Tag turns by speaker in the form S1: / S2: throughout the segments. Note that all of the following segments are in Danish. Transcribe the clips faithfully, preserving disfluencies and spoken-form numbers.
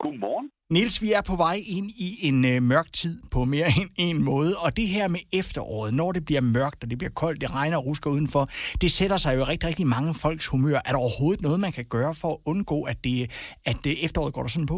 S1: Godmorgen.
S2: Niels, vi er på vej ind i en øh, mørk tid på mere end en måde, og det her med efteråret, når det bliver mørkt, og det bliver koldt, det regner og rusker udenfor, det sætter sig jo rigtig, rigtig mange folks humør. Er der overhovedet noget, man kan gøre for at undgå, at, det, at det efteråret går der sådan på?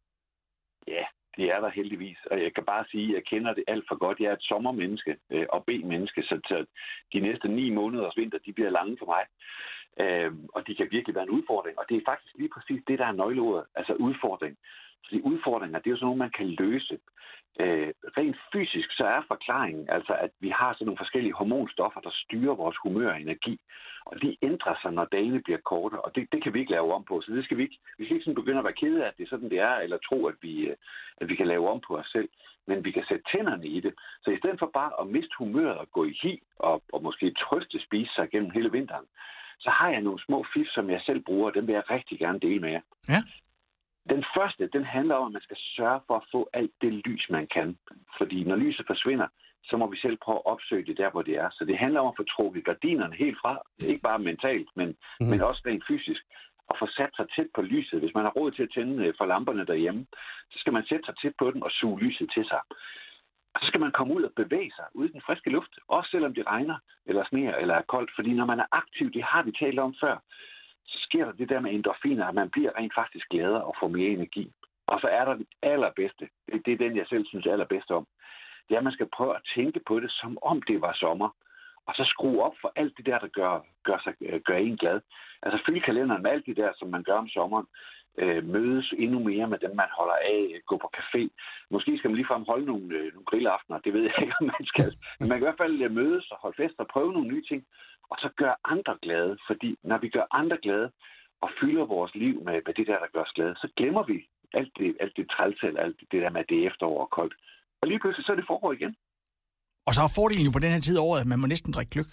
S1: Ja, det er der heldigvis, og jeg kan bare sige, at jeg kender det alt for godt. Jeg er et sommermenneske øh, og B-menneske, så, så de næste ni måneders vinter, de bliver lange for mig. Øh, og de kan virkelig være en udfordring, og det er faktisk lige præcis det, der er nøgleordet, altså udfordring. Fordi udfordringer, det er jo sådan noget, man kan løse. Øh, rent fysisk, så er forklaringen altså, at vi har sådan nogle forskellige hormonstoffer, der styrer vores humør og energi. Og de ændrer sig, når dagene bliver korte, og det, det kan vi ikke lave om på. Så det skal vi ikke, vi skal ikke sådan begynde at være kede af, at det er sådan, det er, eller tro, at vi, at vi kan lave om på os selv. Men vi kan sætte tænderne i det. Så i stedet for bare at miste humøret og gå i hi, og, og måske trøste spise sig gennem hele vinteren, så har jeg nogle små fif, som jeg selv bruger, og dem vil jeg rigtig gerne dele med jer.
S2: Ja.
S1: Den første, den handler om, at man skal sørge for at få alt det lys, man kan. Fordi når lyset forsvinder, så må vi selv prøve at opsøge det der, hvor det er. Så det handler om at få trukket gardinerne helt fra. Ikke bare mentalt, men, mm. men også rent fysisk. Og få sat sig tæt på lyset. Hvis man har råd til at tænde for lamperne derhjemme, så skal man sætte sig tæt på den og suge lyset til sig. Og så skal man komme ud og bevæge sig ude i den friske luft. Også selvom det regner, eller sneer, eller er koldt. Fordi når man er aktiv, det har vi talt om før, så sker der det der med endorfiner, at man bliver rent faktisk gladere og får mere energi. Og så er der det allerbedste. Det, det er den, jeg selv synes allerbedst om. Det er, at man skal prøve at tænke på det, som om det var sommer. Og så skrue op for alt det der, der gør, gør, sig, gør en glad. Altså fylde kalenderen med alt det der, som man gør om sommeren. Øh, mødes endnu mere med dem, man holder af. Gå på café. Måske skal man ligefrem holde nogle, øh, nogle grillaftener. Det ved jeg ikke, om man skal. Men man kan i hvert fald mødes og holde fest og prøve nogle nye ting. Og så gør andre glade, fordi når vi gør andre glade og fylder vores liv med, med det der, der gør os glade, så glemmer vi alt det, alt det trælsel, alt det der med, at det er efterår og koldt. Og lige pludselig så er det forår igen.
S2: Og så er fordelen jo på den her tid af året, at man må næsten drikke gløgg.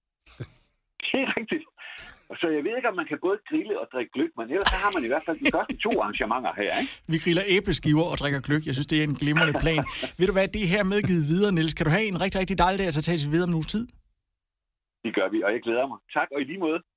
S1: Det er rigtigt. Så jeg ved ikke, om man kan både grille og drikke gløgg, men ellers så har man i hvert fald de første to arrangementer her, ikke?
S2: Vi griller æbleskiver og drikker gløgg. Jeg synes, det er en glimrende plan. Ved du hvad, det er her medgivet videre, Niels. Kan du have en rigtig, rigtig dejlig dag, og så tages vi videre om en uges tid?
S1: Det gør vi, og jeg glæder mig. Tak, og i lige måde.